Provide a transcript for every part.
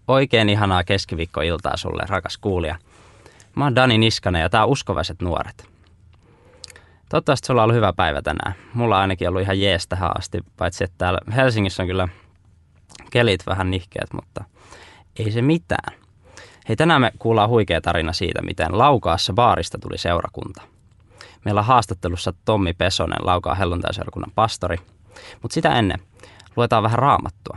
Oikein ihanaa keskiviikkoiltaa sulle, rakas kuulija. Mä oon Dani Niskanen ja tää on Uskovaiset nuoret. Toivottavasti sulla on ollut hyvä päivä tänään. Mulla on ainakin ollut ihan jees tähän asti, paitsi että täällä Helsingissä on kyllä kelit vähän nihkeät, mutta ei se mitään. Hei, tänään me kuullaan huikea tarina siitä, miten Laukaassa baarista tuli seurakunta. Meillä on haastattelussa Tommi Pesonen, Laukaan helluntaiseurakunnan pastori, mutta sitä ennen luetaan vähän Raamattua.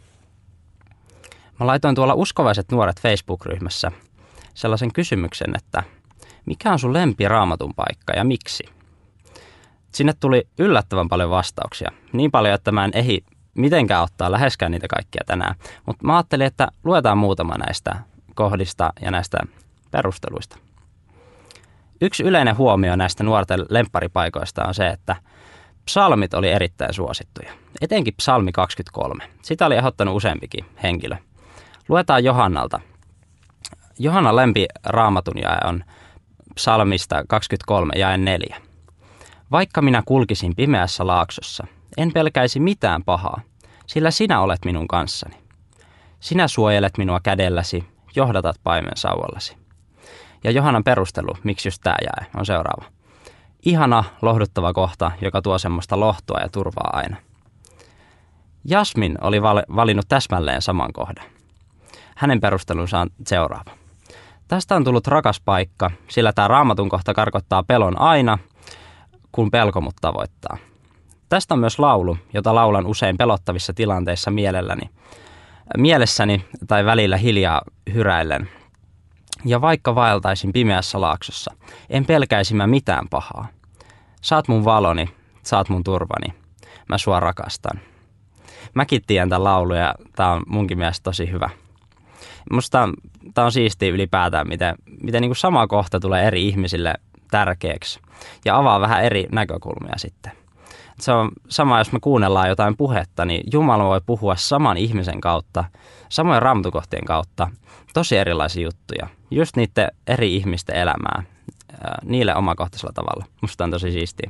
Mä laitoin tuolla Uskovaiset nuoret Facebook-ryhmässä sellaisen kysymyksen, että mikä on sun lempi Raamatun paikka ja miksi? Sinne tuli yllättävän paljon vastauksia. Niin paljon, että mä en ehdi mitenkään ottaa läheskään niitä kaikkia tänään. Mutta mä ajattelin, että luetaan muutama näistä kohdista ja näistä perusteluista. Yksi yleinen huomio näistä nuorten lempparipaikoista on se, että psalmit oli erittäin suosittuja. Etenkin psalmi 23. Sitä oli ehdottanut useampikin henkilö. Luetaan Johannalta. Johannan lempi raamatun jae on psalmista 23 jae 4. Vaikka minä kulkisin pimeässä laaksossa, en pelkäisi mitään pahaa, sillä sinä olet minun kanssani. Sinä suojelet minua kädelläsi, johdatat paimen sauvallasi. Ja Johannan perustelu, miksi just tämä jae, on seuraava. Ihana, lohduttava kohta, joka tuo semmoista lohtua ja turvaa aina. Jasmin oli valinnut täsmälleen saman kohdan. Hänen perustelunsa on seuraava. Tästä on tullut rakas paikka, sillä tämä raamatun kohta karkottaa pelon aina, kun pelko mut tavoittaa. Tästä on myös laulu, jota laulan usein pelottavissa tilanteissa mielessäni tai välillä hiljaa hyräillen. Ja vaikka vaeltaisin pimeässä laaksossa, en pelkäisi mä mitään pahaa. Saat mun valoni, saat mun turvani, mä sua rakastan. Mäkin tiedän tämän laulun ja tää on munkin mielestä tosi hyvä. Musta tää on siistiä ylipäätään, miten niin kuin sama kohta tulee eri ihmisille tärkeäksi ja avaa vähän eri näkökulmia sitten. Se on sama, jos me kuunnellaan jotain puhetta, niin Jumala voi puhua saman ihmisen kautta, samojen raamatukohtien kautta, tosi erilaisia juttuja. Just niiden eri ihmisten elämää, niille omakohtaisella tavalla. Musta on tosi siistiä.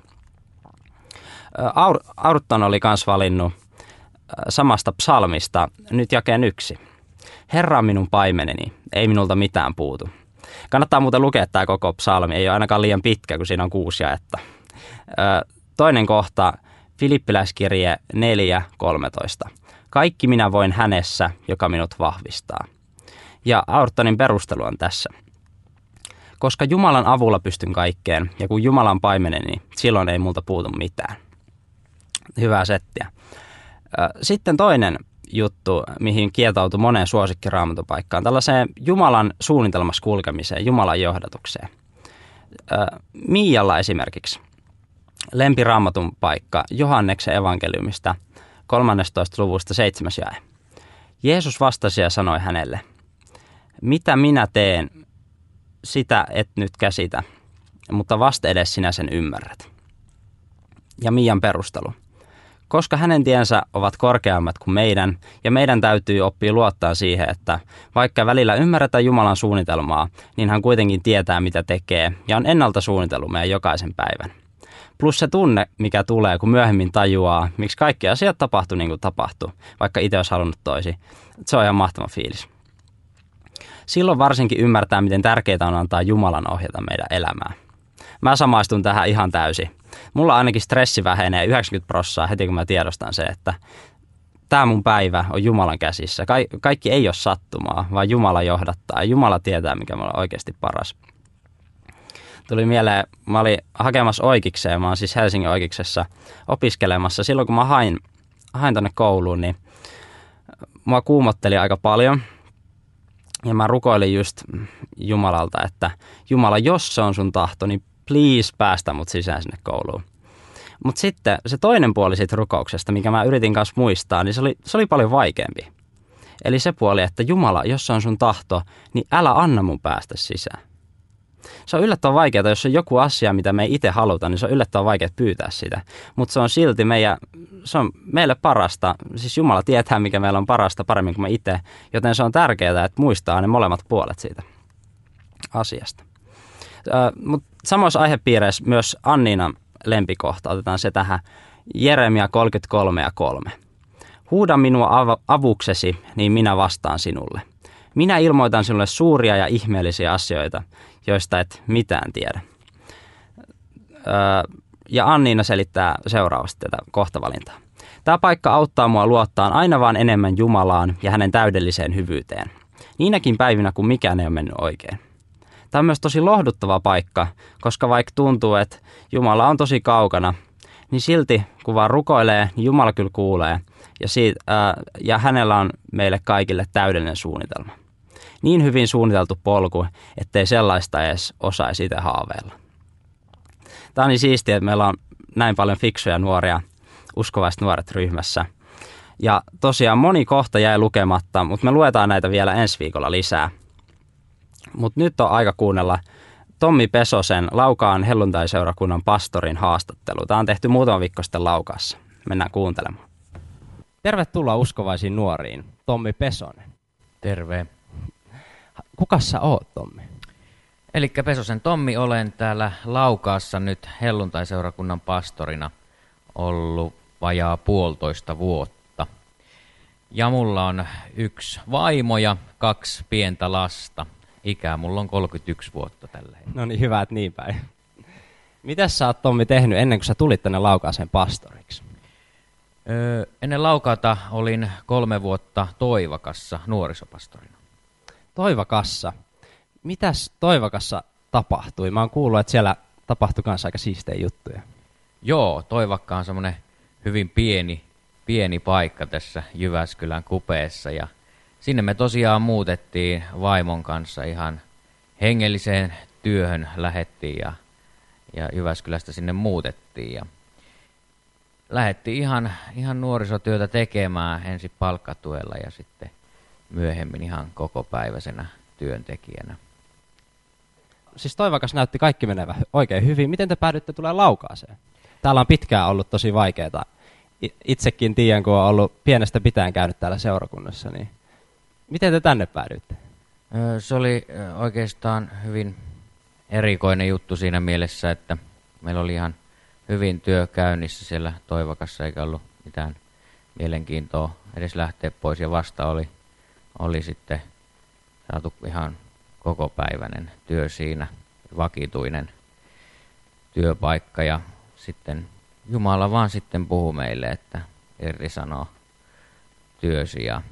Aurton oli kans valinnut samasta psalmista nyt jakeen 1. Herra on minun paimeneni, ei minulta mitään puutu. Kannattaa muuten lukea tämä koko psalmi, ei ole ainakaan liian pitkä, kun siinä on 6 jaetta. Toinen kohta, Filippiläiskirje 4.13. Kaikki minä voin hänessä, joka minut vahvistaa. Ja Aurtonin perustelu on tässä. Koska Jumalan avulla pystyn kaikkeen, ja kun Jumalan paimeneni, niin silloin ei multa puutu mitään. Hyvää settiä. Sitten toinen juttu, mihin kietautui moneen suosikkiraamatupaikkaan, tällaiseen Jumalan suunnitelmassa kulkemiseen, Jumalan johdatukseen. Miialla esimerkiksi lempiraamatun paikka Johanneksen evankeliumista 13. luvusta 7. jae. Jeesus vastasi ja sanoi hänelle, mitä minä teen, sitä et nyt käsitä, mutta vasta edes sinä sen ymmärrät. Ja Miian perustelu. Koska hänen tiensä ovat korkeammat kuin meidän, ja meidän täytyy oppia luottaa siihen, että vaikka välillä ymmärretään Jumalan suunnitelmaa, niin hän kuitenkin tietää, mitä tekee, ja on ennalta suunnitellut meidän jokaisen päivän. Plus se tunne, mikä tulee, kun myöhemmin tajuaa, miksi kaikki asiat tapahtuu niin kuin tapahtuu, vaikka itse olisi halunnut toisin. Se on ihan mahtava fiilis. Silloin varsinkin ymmärtää, miten tärkeää on antaa Jumalan ohjata meidän elämää. Mä samaistun tähän ihan täysin. Mulla ainakin stressi vähenee 90% heti, kun mä tiedostan se, että tämä mun päivä on Jumalan käsissä. Kaikki ei ole sattumaa, vaan Jumala johdattaa ja Jumala tietää, mikä mulla on oikeasti paras. Tuli mieleen, mä olin hakemassa oikeikseen, mä oon siis Helsingin oikeiksessa opiskelemassa. Silloin kun mä hain tonne kouluun, niin mua kuumotteli aika paljon. Ja mä rukoilin just Jumalalta, että Jumala, jos se on sun tahto, niin please päästä mut sisään sinne kouluun. Mutta sitten se toinen puoli siitä rukouksesta, mikä mä yritin kanssa muistaa, niin se oli paljon vaikeampi. Eli se puoli, että Jumala, jos se on sun tahto, niin älä anna mun päästä sisään. Se on yllättävän vaikeaa, jos on joku asia, mitä me ei itse haluta, niin se on yllättävän vaikea pyytää sitä. Mutta se on silti se on meille parasta. Siis Jumala tietää, mikä meillä on parasta paremmin kuin me itse, joten se on tärkeää, että muistaa ne molemmat puolet siitä asiasta. Mutta samoissa aihepiireissä myös Anniinan lempikohta, otetaan se tähän, Jeremia 33:3. Huuda minua avuksesi, niin minä vastaan sinulle. Minä ilmoitan sinulle suuria ja ihmeellisiä asioita, joista et mitään tiedä. Ja Anniina selittää seuraavasti tätä kohtavalintaa. Tämä paikka auttaa mua luottaa aina vaan enemmän Jumalaan ja hänen täydelliseen hyvyyteen. Niinäkin päivinä, kun mikään ei ole mennyt oikein. Tämä on myös tosi lohduttava paikka, koska vaikka tuntuu, että Jumala on tosi kaukana, niin silti kun vaan rukoilee, niin Jumala kyllä kuulee ja hänellä on meille kaikille täydellinen suunnitelma. Niin hyvin suunniteltu polku, ettei sellaista edes osaisi itse haaveilla. Tämä on niin siistiä, että meillä on näin paljon fiksuja nuoria, uskovaiset nuoret ryhmässä. Ja tosiaan moni kohta jäi lukematta, mutta me luetaan näitä vielä ensi viikolla lisää. Mutta nyt on aika kuunnella Tommi Pesosen, Laukaan helluntaiseurakunnan pastorin haastattelu. Tämä on tehty muutama viikko sitten Laukaassa. Mennään kuuntelemaan. Tervetuloa uskovaisiin nuoriin, Tommi Pesonen. Terve. Kukas sä oot, Tommi? Elikkä Pesosen Tommi, olen täällä Laukaassa nyt helluntaiseurakunnan pastorina ollut vajaa 1,5 vuotta. Ja mulla on 1 vaimo ja 2 pientä lasta. Ikää mulla on 31 vuotta tällä hetkellä. No niin, hyvä, että niin päin. Mitäs sä oot, Tommi, tehnyt ennen kuin sä tulit tänne Laukaaseen pastoriksi? Ennen Laukaata olin 3 vuotta Toivakassa nuorisopastorina. Toivakassa. Mitäs Toivakassa tapahtui? Mä oon kuullut, että siellä tapahtui kanssa aika siistejä juttuja. Joo, Toivakka on semmoinen hyvin pieni paikka tässä Jyväskylän kupeessa ja sinne me tosiaan muutettiin vaimon kanssa ihan hengelliseen työhön lähettiin ja Jyväskylästä sinne muutettiin ja lähdettiin ihan nuorisotyötä tekemään ensin palkkatuella ja sitten myöhemmin ihan kokopäiväisenä työntekijänä. Siis Toivakas näytti kaikki menevän oikein hyvin. Miten te päädyitte tulemaan Laukaaseen? Täällä on pitkään ollut tosi vaikeaa. Itsekin tiedän, kun olen ollut pienestä pitäen käynyt täällä seurakunnassa, niin miten te tänne päädyitte? Se oli oikeastaan hyvin erikoinen juttu siinä mielessä, että meillä oli ihan hyvin työ käynnissä siellä Toivakassa, eikä ollut mitään mielenkiintoa edes lähteä pois. Ja vasta oli sitten saatu ihan kokopäiväinen työ siinä, vakituinen työpaikka. Ja sitten Jumala vaan sitten puhui meille, että irtisanoo työsi ja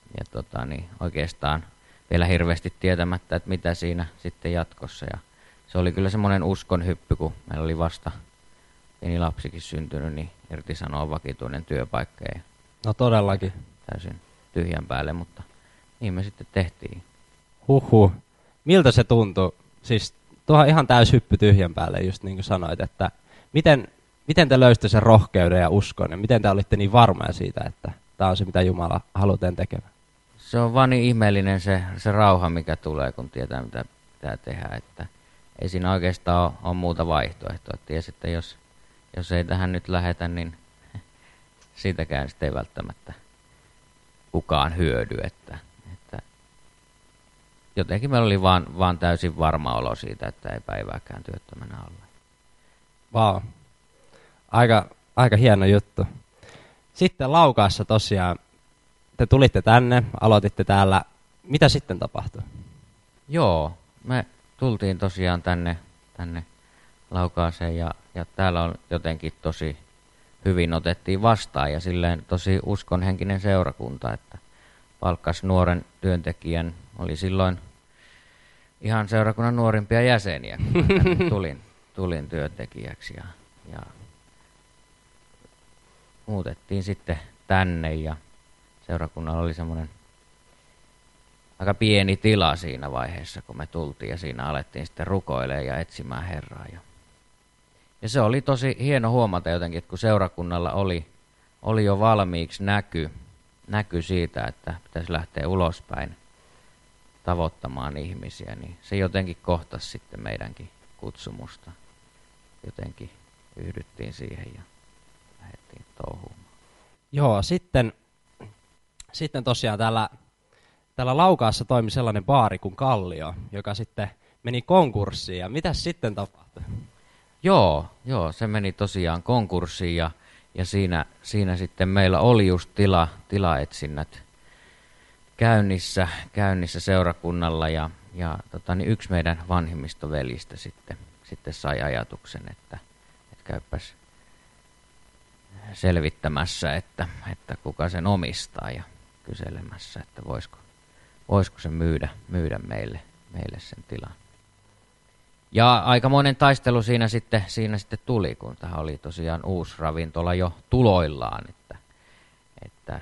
oikeastaan vielä hirveästi tietämättä, että mitä siinä sitten jatkossa. Ja se oli kyllä semmoinen uskon hyppy, kun meillä oli vasta pieni lapsikin syntynyt, niin irtisanoa vakituinen työpaikka. Ja no todellakin. Täysin tyhjän päälle, mutta niin me sitten tehtiin. Huhhuh. Miltä se tuntui? Siis tuohon ihan täys hyppy tyhjän päälle, just niin kuin sanoit, että miten te löysitte sen rohkeuden ja uskon, ja miten te olitte niin varmoja siitä, että tämä on se, mitä Jumala haluaa teidän tekemään? Se on vaan niin ihmeellinen se rauha, mikä tulee, kun tietää, mitä pitää tehdä, että ei siinä oikeastaan ole muuta vaihtoehtoa. Ties, että jos ei tähän nyt lähetä, niin siitäkään sitten ei välttämättä kukaan hyödy. Että jotenkin meillä oli vaan täysin varma olo siitä, että ei päivääkään työttömänä olla. Vau. Aika hieno juttu. Sitten Laukaassa tosiaan, te tulitte tänne, aloititte täällä. Mitä sitten tapahtui? Joo, me tultiin tosiaan tänne Laukaaseen ja täällä on jotenkin tosi hyvin otettiin vastaan ja silleen tosi uskonhenkinen seurakunta, että palkkasi nuoren työntekijän, oli silloin ihan seurakunnan nuorimpia jäseniä, kun tänne tulin työntekijäksi ja muutettiin sitten tänne ja seurakunnalla oli semmoinen aika pieni tila siinä vaiheessa, kun me tultiin ja siinä alettiin sitten rukoilemaan ja etsimään Herraa. Ja se oli tosi hieno huomata jotenkin, että kun seurakunnalla oli jo valmiiksi näky siitä, että pitäisi lähteä ulospäin tavoittamaan ihmisiä, niin se jotenkin kohtasi sitten meidänkin kutsumusta. Jotenkin yhdyttiin siihen ja lähdettiin touhuumaan. Joo, sitten tosiaan täällä Laukaassa toimi sellainen baari kuin Kallio, joka sitten meni konkurssiin. Ja mitäs sitten tapahtui? Joo, se meni tosiaan konkurssiin ja siinä sitten meillä oli just tilaetsinnät käynnissä seurakunnalla ja niin yksi meidän vanhimmista veljistä sitten sai ajatuksen, että käypäs selvittämässä, että kuka sen omistaa ja kyselemässä, että voisiko se myydä meille sen tilan. Ja aikamoinen taistelu siinä sitten tuli, kun tähän oli tosiaan uusi ravintola jo tuloillaan, että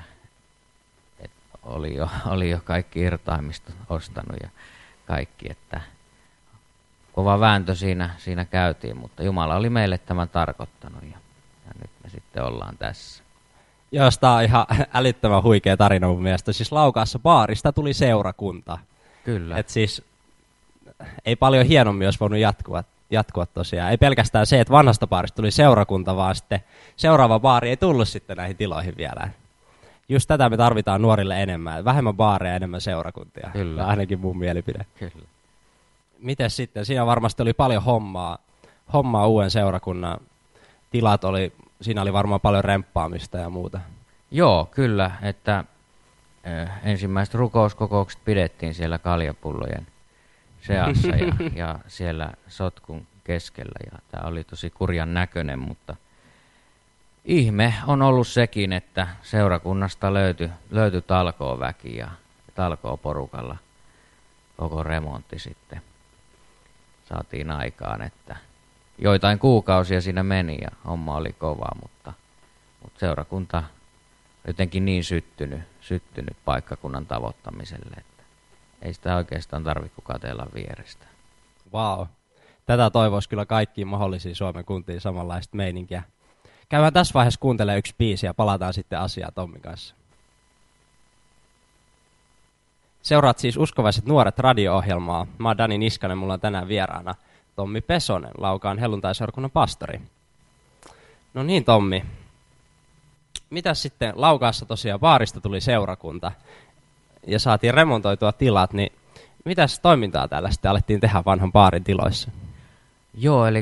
oli jo kaikki irtaimistot ostanut ja kaikki, että kova vääntö siinä käytiin, mutta Jumala oli meille tämän tarkoittanut ja nyt me sitten ollaan tässä. Joo, tämä on ihan älyttömän huikea tarina mun mielestä. Siis Laukaassa baarista tuli seurakunta. Kyllä. Et siis ei paljon hienommin olisi voinut jatkua tosiaan. Ei pelkästään se, että vanhasta baarista tuli seurakunta, vaan sitten seuraava baari ei tullut sitten näihin tiloihin vielä. Just tätä me tarvitaan nuorille enemmän. Vähemmän baareja, enemmän seurakuntia. Kyllä. Ainakin mun mielipide. Kyllä. Miten sitten? Siinä varmasti oli paljon hommaa uuden seurakunnan. Siinä oli varmaan paljon remppaamista ja muuta. Joo, kyllä, että ensimmäiset rukouskokoukset pidettiin siellä kaljapullojen seassa ja siellä sotkun keskellä. Ja tämä oli tosi kurjan näköinen, mutta ihme on ollut sekin, että seurakunnasta löytyi talkooväki ja talkooporukalla koko remontti sitten saatiin aikaan, että joitain kuukausia siinä meni ja homma oli kova, mutta seurakunta jotenkin niin syttynyt paikkakunnan tavoittamiselle, että ei sitä oikeastaan tarvitse kuin katsella vierestä. Vau. Tätä toivoisi kyllä kaikkiin mahdollisiin Suomen kuntiin samanlaista meininkiä. Käydään tässä vaiheessa kuuntelemaan yksi biisi ja palataan sitten asiaan Tommin kanssa. Seuraat siis Uskovaiset nuoret radio-ohjelmaa. Mä oon Dani Niskanen, mulla on tänään vieraana Tommi Pesonen, Laukaan helluntaiseurakunnan pastori. No niin, Tommi. Mitäs sitten Laukaassa tosiaan baarista tuli seurakunta ja saatiin remontoitua tilat, niin mitäs toimintaa täällä sitten alettiin tehdä vanhan baarin tiloissa? Joo, eli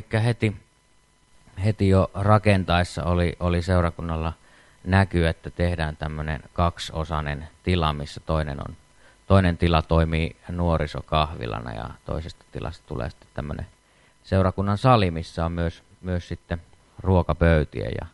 heti jo rakentaessa oli seurakunnalla näky, että tehdään tämmöinen kaksiosainen tila, missä toinen tila toimii nuorisokahvilana ja toisesta tilasta tulee sitten tämmöinen seurakunnan sali, missä on myös sitten ruokapöytiä ja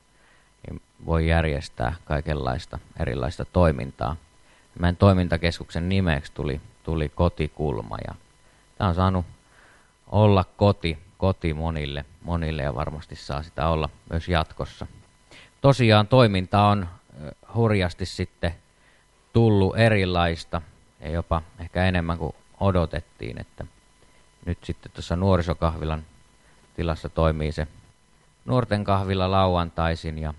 voi järjestää kaikenlaista erilaista toimintaa. Meidän toimintakeskuksen nimeksi tuli Kotikulma ja tämä on saanut olla koti monille ja varmasti saa sitä olla myös jatkossa. Tosiaan toiminta on hurjasti sitten tullut erilaista ja jopa ehkä enemmän kuin odotettiin, että nyt sitten tuossa nuorisokahvilan tilassa toimii se nuorten kahvila lauantaisin ja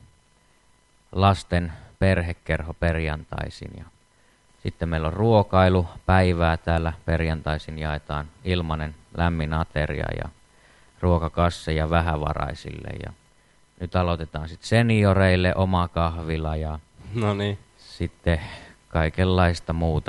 lasten perhekerho perjantaisin ja sitten meillä on ruokailupäivää täällä perjantaisin, jaetaan ilmainen lämmin ateria ja ruokakasseja vähävaraisille ja nyt aloitetaan sitten senioreille oma kahvila ja Noniin. sitten kaikenlaista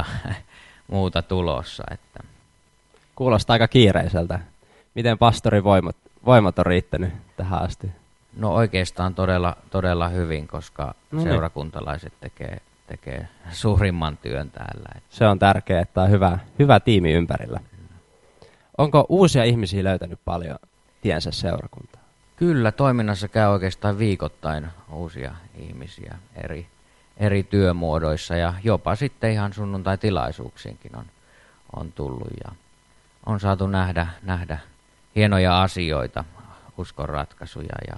muuta tulossa. Että. Kuulostaa aika kiireiseltä. Miten pastorin voimat on riittänyt tähän asti? No oikeastaan todella hyvin, koska seurakuntalaiset tekee suurimman työn täällä. Se on tärkeää, että on hyvä tiimi ympärillä. Onko uusia ihmisiä löytänyt paljon tiensä seurakuntaan? Kyllä, toiminnassa käy oikeastaan viikoittain uusia ihmisiä eri työmuodoissa ja jopa sitten ihan sunnuntai-tilaisuuksiinkin on tullut ja on saatu nähdä hienoja asioita, uskonratkaisuja ja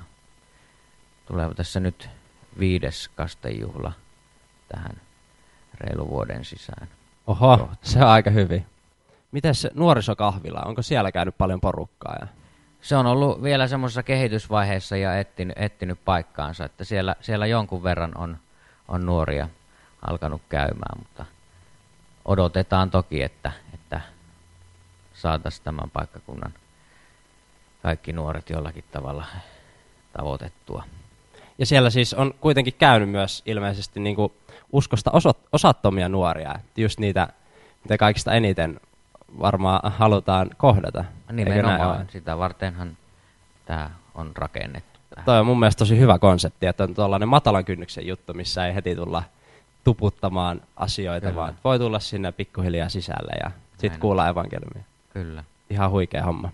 tulee tässä nyt 5. kastejuhla tähän reilu vuoden sisään. Oho, se on aika hyvin. Mites nuorisokahvila, onko siellä käynyt paljon porukkaa? Se on ollut vielä semmoisessa kehitysvaiheessa ja etsinyt paikkaansa, että siellä jonkun verran on nuoria alkanut käymään, mutta odotetaan toki, että saataisiin tämän paikkakunnan kaikki nuoret jollakin tavalla tavoitettua. Ja siellä siis on kuitenkin käynyt myös ilmeisesti niin kuin uskosta osattomia nuoria, just niitä, mitä kaikista eniten varmaan halutaan kohdata. Nimenomaan, sitä vartenhan tämä on rakennettu. Toi on mun mielestä tosi hyvä konsepti, että on tuollainen matalan kynnyksen juttu, missä ei heti tuputtamaan asioita, Kyllä. vaan voi tulla sinne pikkuhiljaa sisälle ja sitten Näin kuulla evankeliumia. Kyllä. Ihan huikea homma.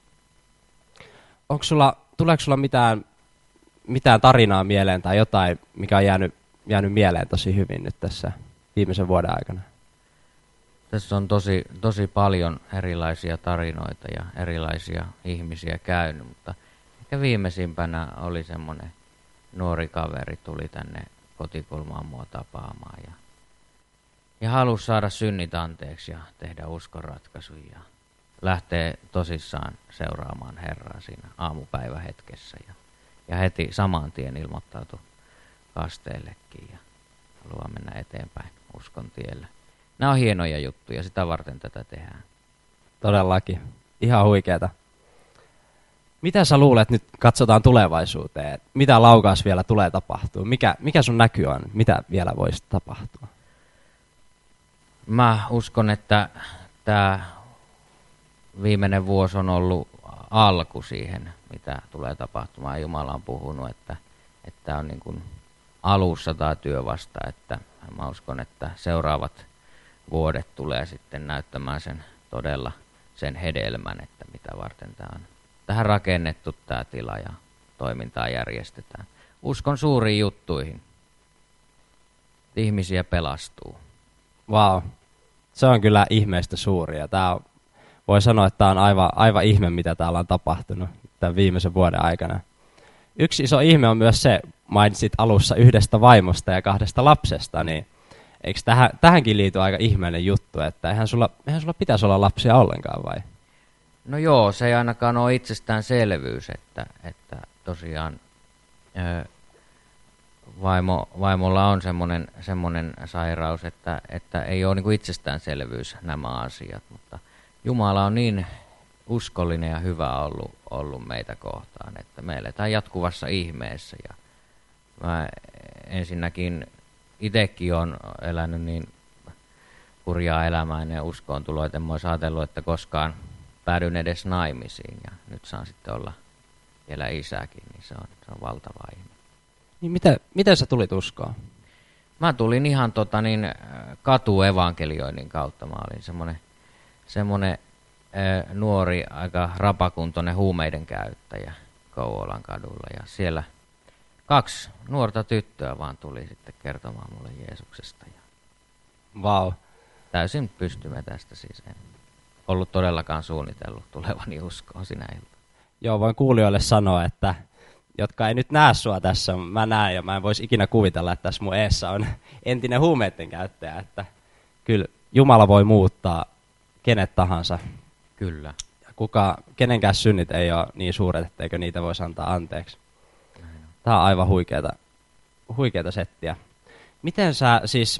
Tuleeko sulla mitään tarinaa mieleen tai jotain, mikä on jäänyt mieleen tosi hyvin nyt tässä viimeisen vuoden aikana? Tässä on tosi paljon erilaisia tarinoita ja erilaisia ihmisiä käynyt, mutta ehkä viimeisimpänä oli semmoinen nuori kaveri tuli tänne kotikulmaan mua tapaamaan ja halusi saada synnit anteeksi ja tehdä uskonratkaisun ja lähtee tosissaan seuraamaan Herraa siinä aamupäivähetkessä ja heti saman tien ilmoittautui kasteellekin ja haluaa mennä eteenpäin uskon tiellä. Nämä on hienoja juttuja, sitä varten tätä tehdään. Todellakin. Ihan huikeeta. Mitä sä luulet, nyt katsotaan tulevaisuuteen, mitä Laukaas vielä tulee tapahtua? Mikä sun näky on? Mitä vielä voisi tapahtua? Mä uskon, että tämä viimeinen vuosi on ollut alku siihen, mitä tulee tapahtumaan. Jumala on puhunut, että on niin kuin alussa tämä työ vasta, että mä uskon, että seuraavat vuodet tulee sitten näyttämään todella sen hedelmän, että mitä varten tämä on tähän rakennettu tämä tila ja toimintaa järjestetään. Uskon suuriin juttuihin. Ihmisiä pelastuu. Vau, se on kyllä ihmeistä suuria. Voi sanoa, että tämä on aivan ihme, mitä täällä on tapahtunut tämän viimeisen vuoden aikana. Yksi iso ihme on myös se, mainitsit alussa yhdestä vaimosta ja 2 lapsesta, niin eikö tähänkin liity aika ihmeinen juttu, että eihän sulla pitäisi olla lapsia ollenkaan vai? No joo, se ei ainakaan ole itsestäänselvyys, että tosiaan vaimolla on semmoinen sairaus, että ei ole niin kuin itsestäänselvyys nämä asiat, mutta Jumala on niin uskollinen ja hyvä ollut meitä kohtaan, että me eletään jatkuvassa ihmeessä ja mä ensinnäkin itsekin olen elänyt niin hurjaa elämää ennen uskoon tuloa, että en olisi ajatellut, että koskaan päädyin edes naimisiin ja nyt saan sitten olla vielä isäkin, niin se on valtava ihme. Niin miten sä tulit uskoon? Mä tulin ihan katuevankelioinnin kautta. Mä olin semmonen nuori, aika rapakuntoinen huumeiden käyttäjä Kouvolan kadulla ja siellä 2 nuorta tyttöä vaan tuli sitten kertomaan mulle Jeesuksesta. Ja Vau. täysin pystymme tästä siis. En ollut todellakaan suunnitellut tulevani uskoon sinä ilta. Joo, voin kuulijoille sanoa, että jotka ei nyt näe sua tässä, mä näen ja mä en voisi ikinä kuvitella, että tässä mun eessä on entinen huumeiden käyttäjä, että kyllä Jumala voi muuttaa kenet tahansa. Kyllä. Kenenkään synnit ei ole niin suuret, etteikö niitä voisi antaa anteeksi. Tää on aivan huikeata settiä. Miten sä siis,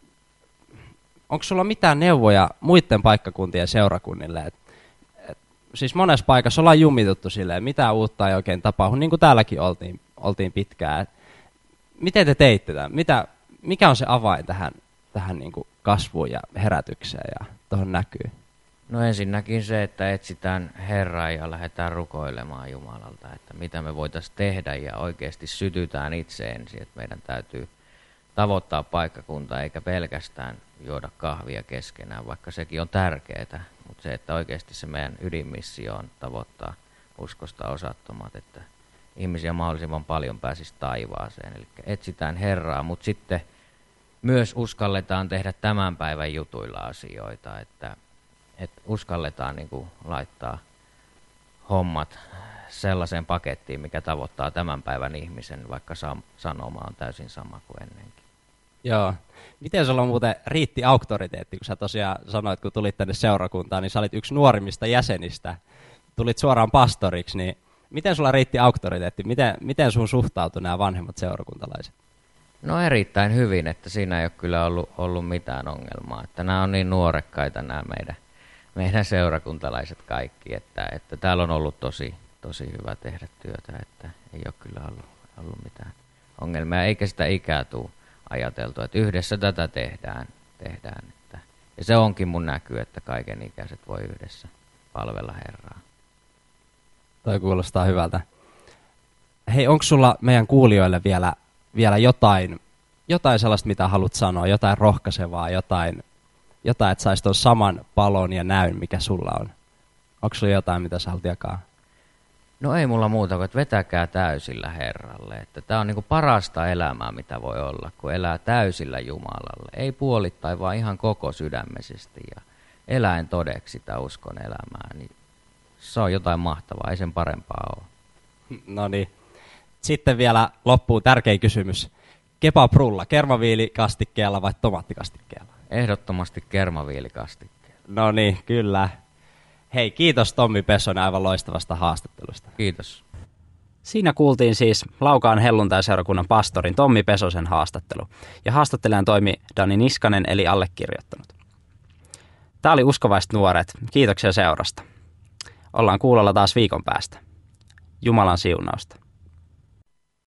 onko sulla mitään neuvoja muiden paikkakuntien seurakunnille? Siis monessa paikassa ollaan jumituttu silleen, mitään uutta ei oikein tapahdu, niin kuin täälläkin oltiin pitkään. Miten te teitte tämän? Mikä on se avain tähän niin kuin kasvuun ja herätykseen ja tuohon näkyy? No ensinnäkin se, että etsitään Herraa ja lähdetään rukoilemaan Jumalalta, että mitä me voitaisiin tehdä ja oikeasti sytytään itse ensin, että meidän täytyy tavoittaa paikkakuntaa eikä pelkästään juoda kahvia keskenään, vaikka sekin on tärkeää, mutta se, että oikeasti se meidän ydinmissio on tavoittaa uskosta osattomat, että ihmisiä mahdollisimman paljon pääsisi taivaaseen, eli etsitään Herraa, mutta sitten myös uskalletaan tehdä tämän päivän jutuilla asioita, että uskalletaan niin kuin laittaa hommat sellaiseen pakettiin, mikä tavoittaa tämän päivän ihmisen, vaikka sanoma on täysin sama kuin ennenkin. Joo. Miten sulla muuten riitti auktoriteetti, kun sä tosiaan sanoit, kun tulit tänne seurakuntaan, niin sä olit yksi nuorimmista jäsenistä, tulit suoraan pastoriksi, niin miten sulla riitti auktoriteetti? Miten sun suhtautui nämä vanhemmat seurakuntalaiset? No erittäin hyvin, että siinä ei ole kyllä ollut mitään ongelmaa, että nämä on niin nuorekkaita nämä meidän seurakuntalaiset kaikki, että täällä on ollut tosi hyvä tehdä työtä, että ei ole kyllä ollut mitään ongelmia, eikä sitä ikää tule ajateltu, että yhdessä tätä tehdään että, ja se onkin mun näky, että kaiken ikäiset voi yhdessä palvella Herraa. Toi kuulostaa hyvältä. Hei, onko sulla meidän kuulijoille vielä jotain jotain sellaista, mitä haluat sanoa, jotain rohkaisevaa, jotain että saisi tuon saman palon ja näyn, mikä sulla on. Onko sulla jotain, mitä sä haluat jakaa? No ei mulla muuta kuin, että vetäkää täysillä Herralle. Että tää on niinku parasta elämää, mitä voi olla, kun elää täysillä Jumalalle. Ei puolittain, vaan ihan koko sydämisesti ja eläen todeksi sitä uskon elämää. Niin se on jotain mahtavaa, ei sen parempaa ole. No niin. Sitten vielä loppuu tärkein kysymys. Kebabrulla, kermaviilikastikkeella vai tomaattikastikkeella? Ehdottomasti kermaviilikastikkeella. No niin, kyllä. Hei, kiitos Tommi Pesonen aivan loistavasta haastattelusta. Kiitos. Siinä kuultiin siis Laukaan helluntaiseurakunnan pastorin Tommi Pesosen haastattelu. Ja haastattelijan toimi Dani Niskanen eli allekirjoittanut. Tämä oli Uskovaiset nuoret. Kiitoksia seurasta. Ollaan kuulolla taas viikon päästä. Jumalan siunausta.